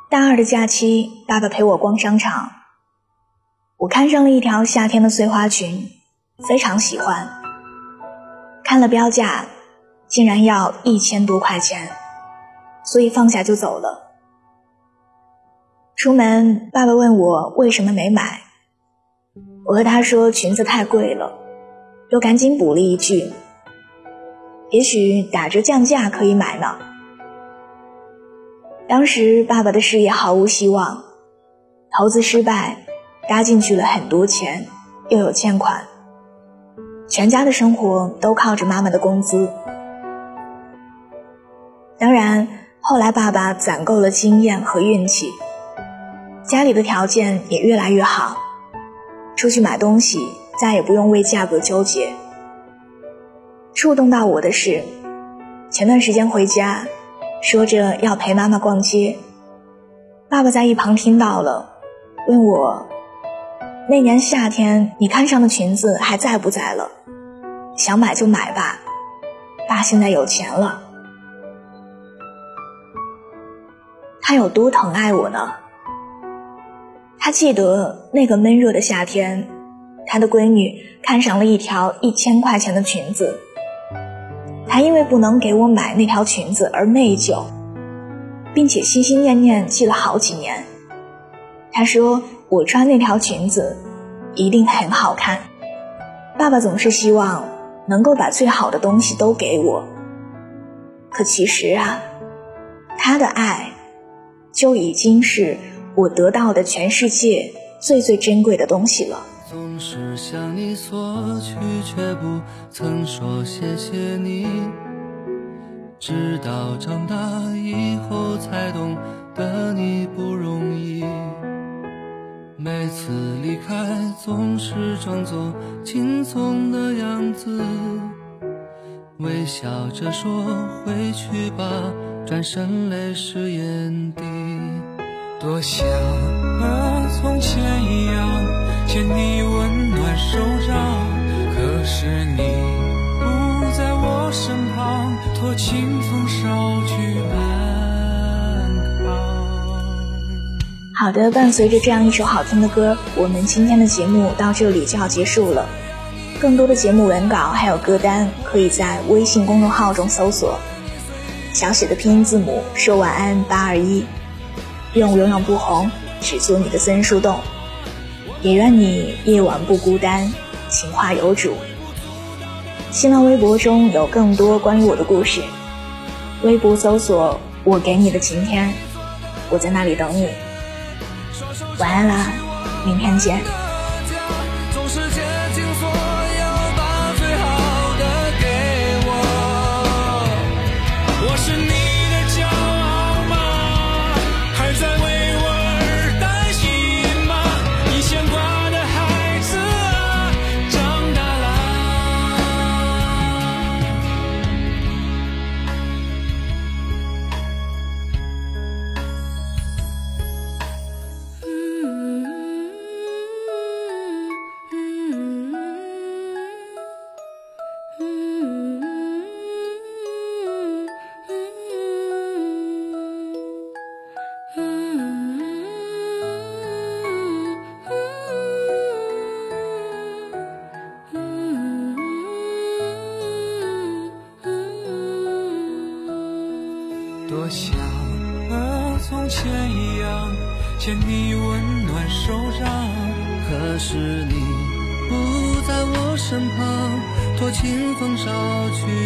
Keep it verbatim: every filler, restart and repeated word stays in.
大二的假期，爸爸陪我逛商场，我看上了一条夏天的碎花裙，非常喜欢。看了标价，竟然要一千多块钱，所以放下就走了。出门，爸爸问我为什么没买，我和他说裙子太贵了，又赶紧补了一句，也许打折降价可以买呢。当时爸爸的事业毫无希望，投资失败，搭进去了很多钱，又有欠款，全家的生活都靠着妈妈的工资。当然，后来爸爸攒够了经验和运气，家里的条件也越来越好，出去买东西再也不用为价格纠结。触动到我的是，前段时间回家，说着要陪妈妈逛街，爸爸在一旁听到了，问我，那年夏天你看上的裙子还在不在了？想买就买吧，爸现在有钱了。他有多疼爱我呢？他记得那个闷热的夏天，他的闺女看上了一条一千块钱的裙子，他因为不能给我买那条裙子而内疚，并且心心念念记了好几年。他说我穿那条裙子一定很好看。爸爸总是希望能够把最好的东西都给我，可其实啊，他的爱就已经是我得到的全世界最最珍贵的东西了。 总是向你索取，却不曾说谢谢你，直到长大以后才懂得你不容易。每次离开总是装作轻松的样子，微笑着说回去吧，转身泪湿眼底。多想和从前一样牵你温暖手掌，可是你不在我身旁，托清风捎去安康。 好的，伴随着这样一首好听的歌，我们今天的节目到这里就要结束了。更多的节目文稿还有歌单，可以在微信公众号中搜索小写的拼音字母说晚安八二一。愿我永远不红，只做你的私人树洞，也愿你夜晚不孤单，情话有主。新浪微博中有更多关于我的故事，微博搜索我给你的晴天，我在那里等你。晚安啦，明天见。 总是竭尽所有把最好的给我，我是你的骄傲吗？还在为我而担心吗？你牵挂的孩子啊，长大啦。多想和从前一样牵你温暖手掌，可是你不在我身旁，托清风捎去